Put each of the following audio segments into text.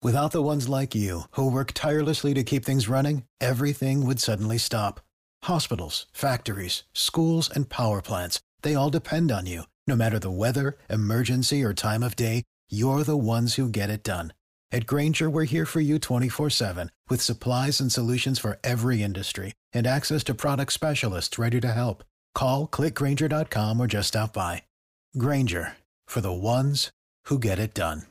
Without the ones like you, who work tirelessly to keep things running, everything would suddenly stop. Hospitals, factories, schools, and power plants, they all depend on you. No matter the weather, emergency, or time of day, you're the ones who get it done. At Grainger, we're here for you 24/7, with supplies and solutions for every industry, and access to product specialists ready to help. Call, click Grainger.com, or just stop by. Grainger, for the ones who get it done.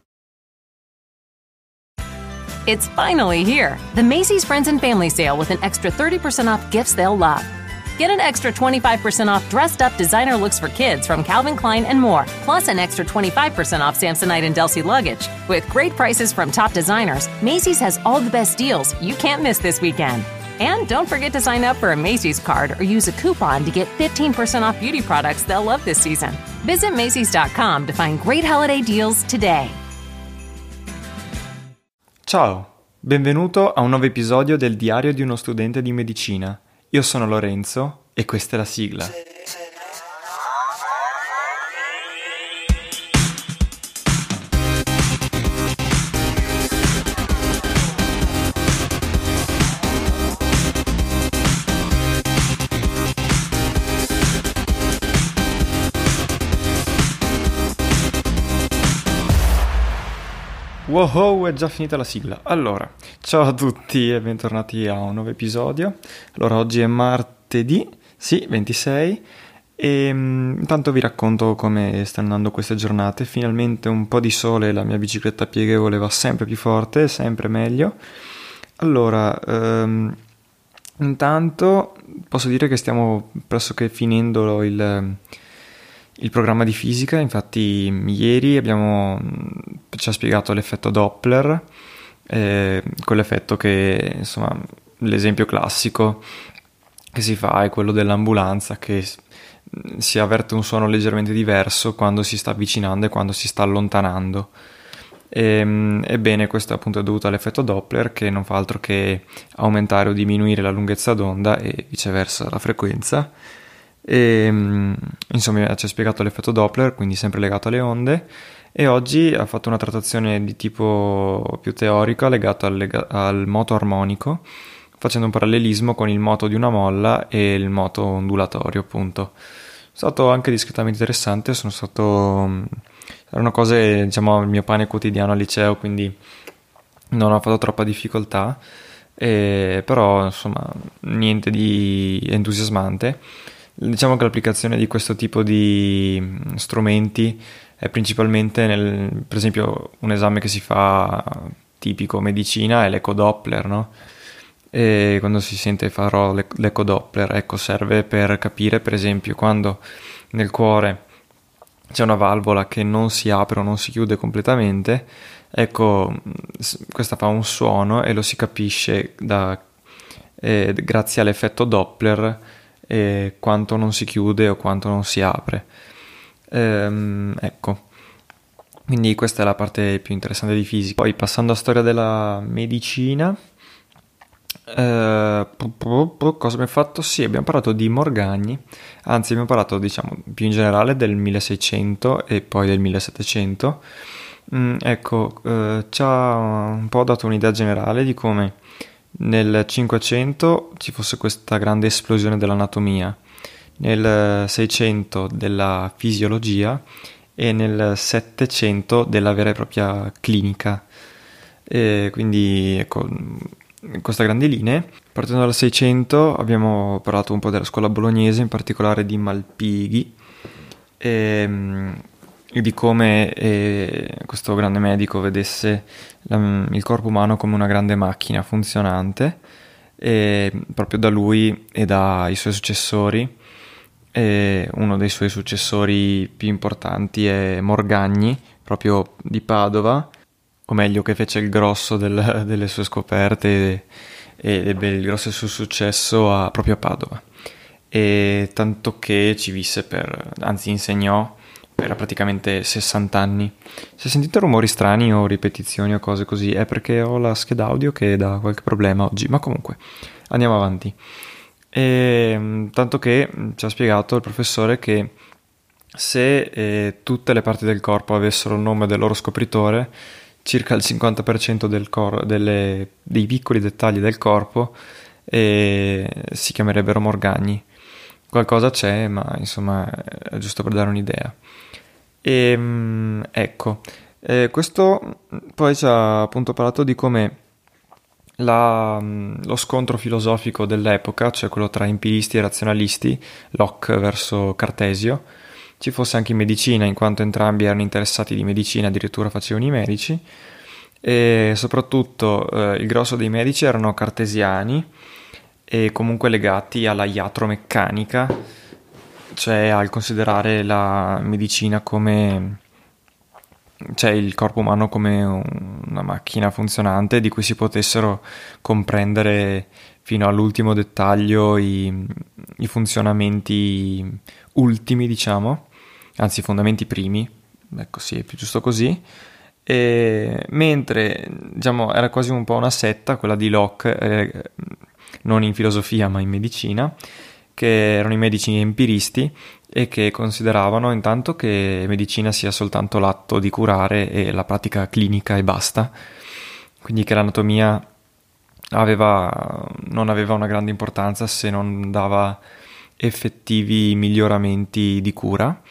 It's finally here, the Macy's Friends and Family Sale with an extra 30% off gifts they'll love. Get an extra 25% off dressed-up designer looks for kids from Calvin Klein and more, plus an extra 25% off Samsonite and Delsey luggage. With great prices from top designers, Macy's has all the best deals you can't miss this weekend. And don't forget to sign up for a Macy's card or use a coupon to get 15% off beauty products they'll love this season. Visit Macys.com to find great holiday deals today. Ciao, benvenuto a un nuovo episodio del Diario di uno studente di medicina. Io sono Lorenzo e questa è la sigla. Wow, è già finita la sigla. Allora, ciao a tutti e bentornati a un nuovo episodio. Allora, oggi è martedì, sì, 26, e intanto vi racconto come stanno andando queste giornate. Finalmente un po' di sole, la mia bicicletta pieghevole va sempre più forte, sempre meglio. Allora, intanto posso dire che stiamo pressoché finendo il programma di fisica. Infatti ieri ci ha spiegato l'effetto Doppler, quell'effetto che, insomma, l'esempio classico che si fa è quello dell'ambulanza, che si avverte un suono leggermente diverso quando si sta avvicinando e quando si sta allontanando. Ebbene, questo appunto è dovuto all'effetto Doppler, che non fa altro che aumentare o diminuire la lunghezza d'onda e viceversa la frequenza. Insomma, ci ha spiegato l'effetto Doppler, quindi sempre legato alle onde, e oggi ha fatto una trattazione di tipo più teorica legato al moto armonico, facendo un parallelismo con il moto di una molla e il moto ondulatorio, appunto. È stato anche discretamente interessante. Erano cose, diciamo, il mio pane quotidiano al liceo, quindi non ho fatto troppa difficoltà, però insomma niente di entusiasmante. Diciamo che l'applicazione di questo tipo di strumenti è principalmente per esempio, un esame che si fa tipico medicina è l'ecodoppler, no? E quando si sente farò l'ecodoppler, ecco, serve per capire, per esempio, quando nel cuore c'è una valvola che non si apre o non si chiude completamente, ecco, questa fa un suono e lo si capisce grazie all'effetto Doppler, quanto non si chiude o quanto non si apre. Ecco, quindi questa è la parte più interessante di fisica. Poi, passando a storia della medicina, cosa abbiamo fatto? Sì, abbiamo parlato di Morgagni, anzi abbiamo parlato, diciamo, più in generale del 1600 e poi del 1700. Ecco, ci ha un po' dato un'idea generale di come nel 500 ci fosse questa grande esplosione dell'anatomia, nel 600 della fisiologia e nel 700 della vera e propria clinica. Quindi, ecco, in queste grandi linee, partendo dal 600 abbiamo parlato un po' della scuola bolognese, in particolare di Malpighi, e di come questo grande medico vedesse il corpo umano come una grande macchina funzionante, e proprio da lui e dai suoi successori, e uno dei suoi successori più importanti è Morgagni, proprio di Padova, o meglio, che fece il grosso delle sue scoperte e ebbe il grosso del suo successo proprio a Padova, e tanto che ci visse insegnò per praticamente 60 anni. Se sentite rumori strani o ripetizioni o cose così è perché ho la scheda audio che dà qualche problema oggi, ma comunque andiamo avanti. Tanto che ci ha spiegato il professore che se tutte le parti del corpo avessero il nome del loro scopritore, circa il 50% dei piccoli dettagli del corpo e si chiamerebbero morgagni. Qualcosa c'è, ma insomma è giusto per dare un'idea. Ecco, questo poi ci ha appunto parlato di come lo scontro filosofico dell'epoca, cioè quello tra empiristi e razionalisti, Locke verso Cartesio, ci fosse anche in medicina, in quanto entrambi erano interessati di medicina, addirittura facevano i medici, e soprattutto il grosso dei medici erano cartesiani e comunque legati alla iatromeccanica, cioè al considerare la medicina come, cioè il corpo umano come una macchina funzionante di cui si potessero comprendere fino all'ultimo dettaglio i funzionamenti ultimi, diciamo, anzi i fondamenti primi, ecco sì, è più giusto così. E mentre diciamo era quasi un po' una setta quella di Locke, non in filosofia ma in medicina, che erano i medici empiristi e che consideravano intanto che medicina sia soltanto l'atto di curare e la pratica clinica e basta, quindi che l'anatomia non aveva una grande importanza se non dava effettivi miglioramenti di cura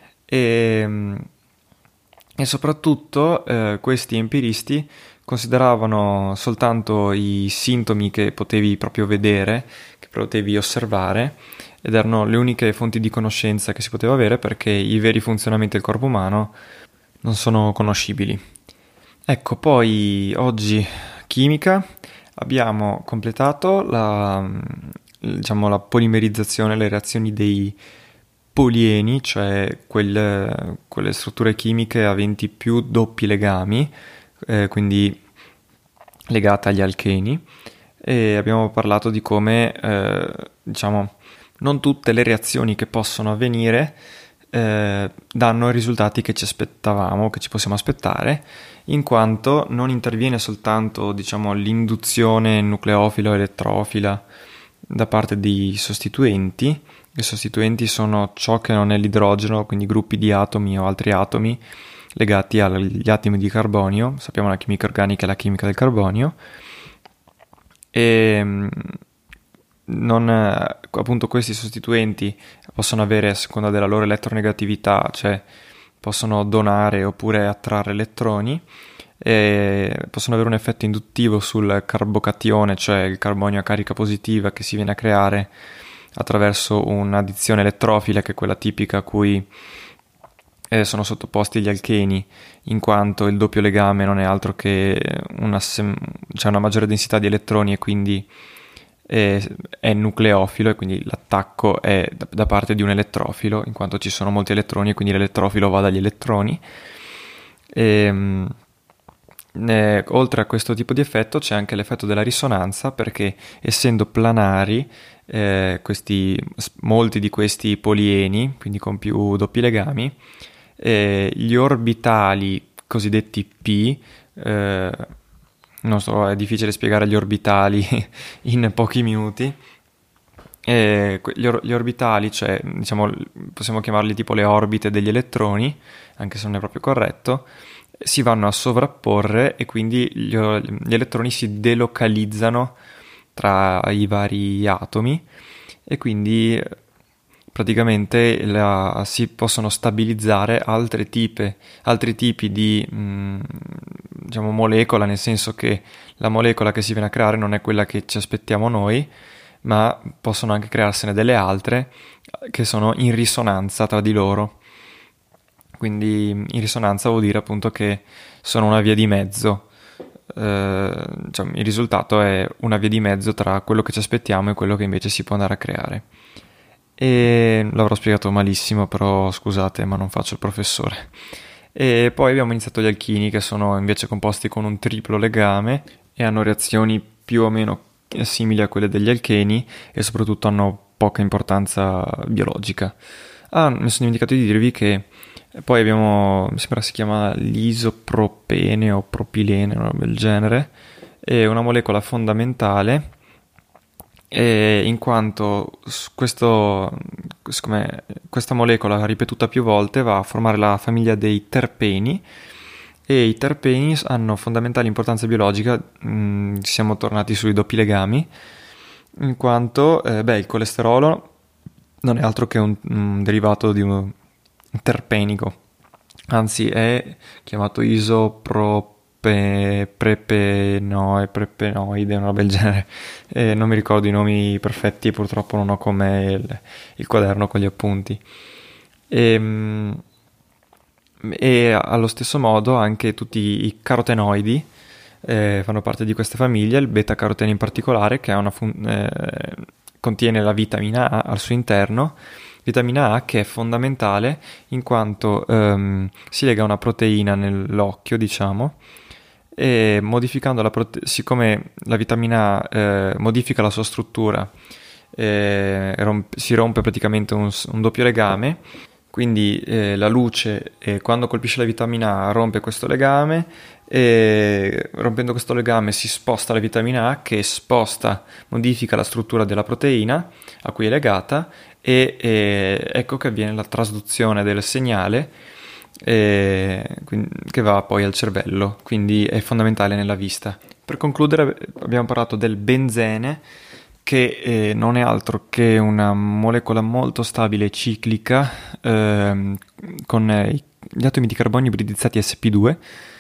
e soprattutto questi empiristi consideravano soltanto i sintomi che potevi proprio vedere, che potevi osservare, ed erano le uniche fonti di conoscenza che si poteva avere perché i veri funzionamenti del corpo umano non sono conoscibili. Ecco, poi oggi chimica, abbiamo completato diciamo, la polimerizzazione, le reazioni dei polieni, cioè quelle strutture chimiche aventi più doppi legami, quindi legate agli alcheni, e abbiamo parlato di come diciamo non tutte le reazioni che possono avvenire danno i risultati che ci aspettavamo, che ci possiamo aspettare, in quanto non interviene soltanto diciamo l'induzione nucleofilo-elettrofila da parte dei sostituenti. I sostituenti sono ciò che non è l'idrogeno, quindi gruppi di atomi o altri atomi legati agli atomi di carbonio. Sappiamo la chimica organica e la chimica del carbonio. E appunto questi sostituenti possono avere, a seconda della loro elettronegatività, cioè possono donare oppure attrarre elettroni, e possono avere un effetto induttivo sul carbocatione, cioè il carbonio a carica positiva che si viene a creare attraverso un'addizione elettrofila, che è quella tipica a cui sono sottoposti gli alcheni, in quanto il doppio legame non è altro che una maggiore densità di elettroni e quindi è nucleofilo, e quindi l'attacco è da parte di un elettrofilo, in quanto ci sono molti elettroni e quindi l'elettrofilo va dagli elettroni. Oltre a questo tipo di effetto c'è anche l'effetto della risonanza, perché essendo planari molti di questi polieni, quindi con più doppi legami, gli orbitali cosiddetti P, non so, è difficile spiegare gli orbitali in pochi minuti. Gli orbitali, cioè diciamo possiamo chiamarli tipo le orbite degli elettroni, anche se non è proprio corretto, si vanno a sovrapporre e quindi gli elettroni si delocalizzano tra i vari atomi e quindi praticamente si possono stabilizzare altri tipi di diciamo molecola, nel senso che la molecola che si viene a creare non è quella che ci aspettiamo noi, ma possono anche crearsene delle altre che sono in risonanza tra di loro. Quindi in risonanza vuol dire appunto che sono una via di mezzo, cioè, il risultato è una via di mezzo tra quello che ci aspettiamo e quello che invece si può andare a creare. E l'avrò spiegato malissimo, però scusate, ma non faccio il professore. E poi abbiamo iniziato gli alchini, che sono invece composti con un triplo legame e hanno reazioni più o meno simili a quelle degli alcheni e soprattutto hanno poca importanza biologica. Mi sono dimenticato di dirvi che poi abbiamo, mi sembra si chiama l'isopropene o propilene, una roba del genere, è una molecola fondamentale, in quanto questa molecola ripetuta più volte va a formare la famiglia dei terpeni, e i terpeni hanno fondamentale importanza biologica. Siamo tornati sui doppi legami, in quanto il colesterolo non è altro che un derivato di un terpenico, anzi è chiamato prepenoide, una roba del genere. Non mi ricordo i nomi perfetti, purtroppo non ho con me il quaderno con gli appunti. E allo stesso modo anche tutti i carotenoidi fanno parte di questa famiglia, il beta-carotene in particolare, che contiene la vitamina A al suo interno, vitamina A che è fondamentale in quanto si lega a una proteina nell'occhio, diciamo, e modificando siccome la vitamina A modifica la sua struttura, si rompe praticamente un doppio legame. Quindi la luce, quando colpisce la vitamina A, rompe questo legame, e rompendo questo legame si sposta la vitamina A, che modifica la struttura della proteina a cui è legata, e ecco che avviene la trasduzione del segnale che va poi al cervello, quindi è fondamentale nella vista. Per concludere, abbiamo parlato del benzene, che non è altro che una molecola molto stabile e ciclica, con gli atomi di carbonio ibridizzati sp2,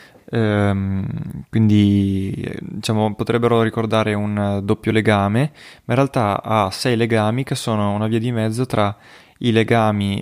quindi diciamo potrebbero ricordare un doppio legame, ma in realtà ha 6 legami che sono una via di mezzo tra i legami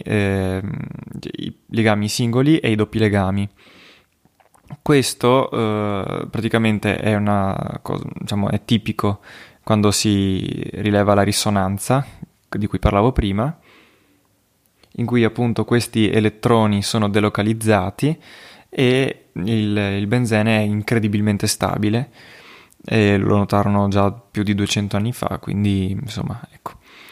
singoli e i doppi legami. Questo praticamente è una cosa, diciamo, è tipico quando si rileva la risonanza, di cui parlavo prima, in cui appunto questi elettroni sono delocalizzati e il benzene è incredibilmente stabile, e lo notarono già più di 200 anni fa, quindi insomma, ecco.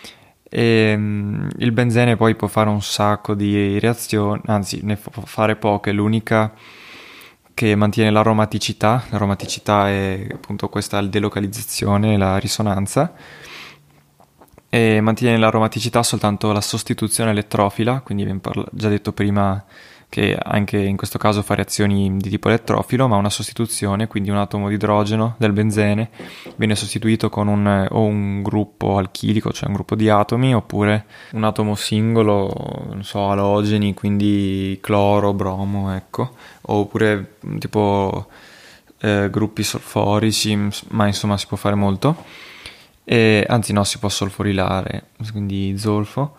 Il benzene poi può fare un sacco di reazioni, anzi ne può fare poche. L'unica che mantiene l'aromaticità è appunto questa delocalizzazione, la risonanza, e mantiene l'aromaticità soltanto la sostituzione elettrofila, quindi abbiamo già detto prima che anche in questo caso fa reazioni di tipo elettrofilo, ma una sostituzione, quindi un atomo di idrogeno del benzene viene sostituito con un gruppo alchilico, cioè un gruppo di atomi, oppure un atomo singolo, non so, alogeni, quindi cloro, bromo, ecco, oppure tipo gruppi solforici, ma insomma si può fare molto, anzi no, si può solforilare, quindi zolfo.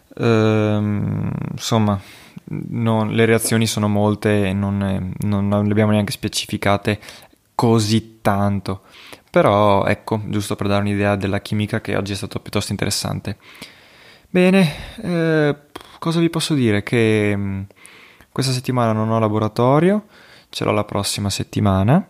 Insomma, le reazioni sono molte e non le abbiamo neanche specificate così tanto, però ecco, giusto per dare un'idea della chimica, che oggi è stato piuttosto interessante. Bene, cosa vi posso dire? Che questa settimana non ho laboratorio, ce l'ho la prossima settimana,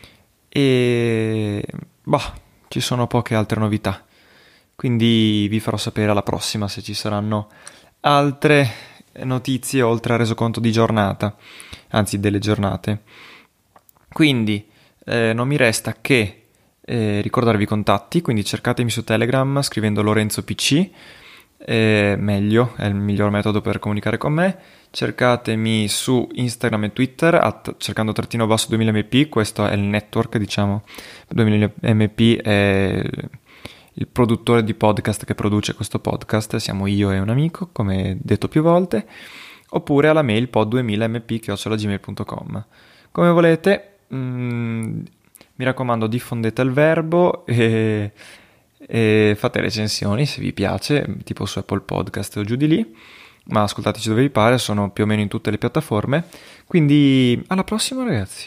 e ci sono poche altre novità, quindi vi farò sapere alla prossima se ci saranno altre notizie oltre al resoconto di giornata, anzi delle giornate. Quindi non mi resta che ricordarvi i contatti, quindi cercatemi su Telegram scrivendo Lorenzo PC, meglio, è il miglior metodo per comunicare con me. Cercatemi su Instagram e Twitter cercando _2000mp, questo è il network, diciamo. 2000mp è il produttore di podcast che produce questo podcast, siamo io e un amico, come detto più volte, oppure alla mail pod2000mp@gmail.com. Come volete, mi raccomando, diffondete il verbo e fate recensioni se vi piace, tipo su Apple Podcast o giù di lì, ma ascoltateci dove vi pare, sono più o meno in tutte le piattaforme, quindi alla prossima, ragazzi.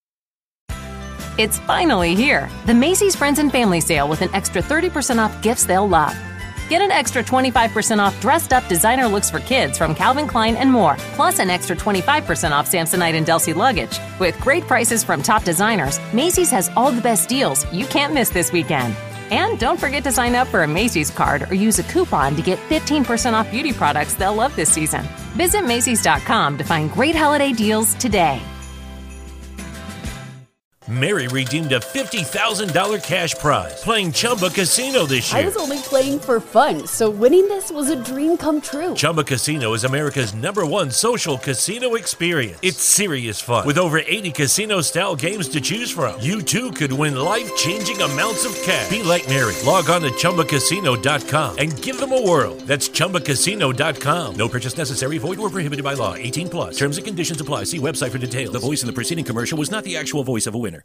It's finally here, the Macy's Friends and Family Sale with an extra 30% off gifts they'll love. Get an extra 25% off dressed-up designer looks for kids from Calvin Klein and more, plus an extra 25% off Samsonite and Delsey luggage. With great prices from top designers, Macy's has all the best deals you can't miss this weekend. And don't forget to sign up for a Macy's card or use a coupon to get 15% off beauty products they'll love this season. Visit Macys.com to find great holiday deals today. Mary redeemed a $50,000 cash prize playing Chumba Casino this year. I was only playing for fun, so winning this was a dream come true. Chumba Casino is America's #1 social casino experience. It's serious fun. With over 80 casino-style games to choose from, you too could win life-changing amounts of cash. Be like Mary. Log on to ChumbaCasino.com and give them a whirl. That's ChumbaCasino.com. No purchase necessary. Void where prohibited by law. 18+. Terms and conditions apply. See website for details. The voice in the preceding commercial was not the actual voice of a winner.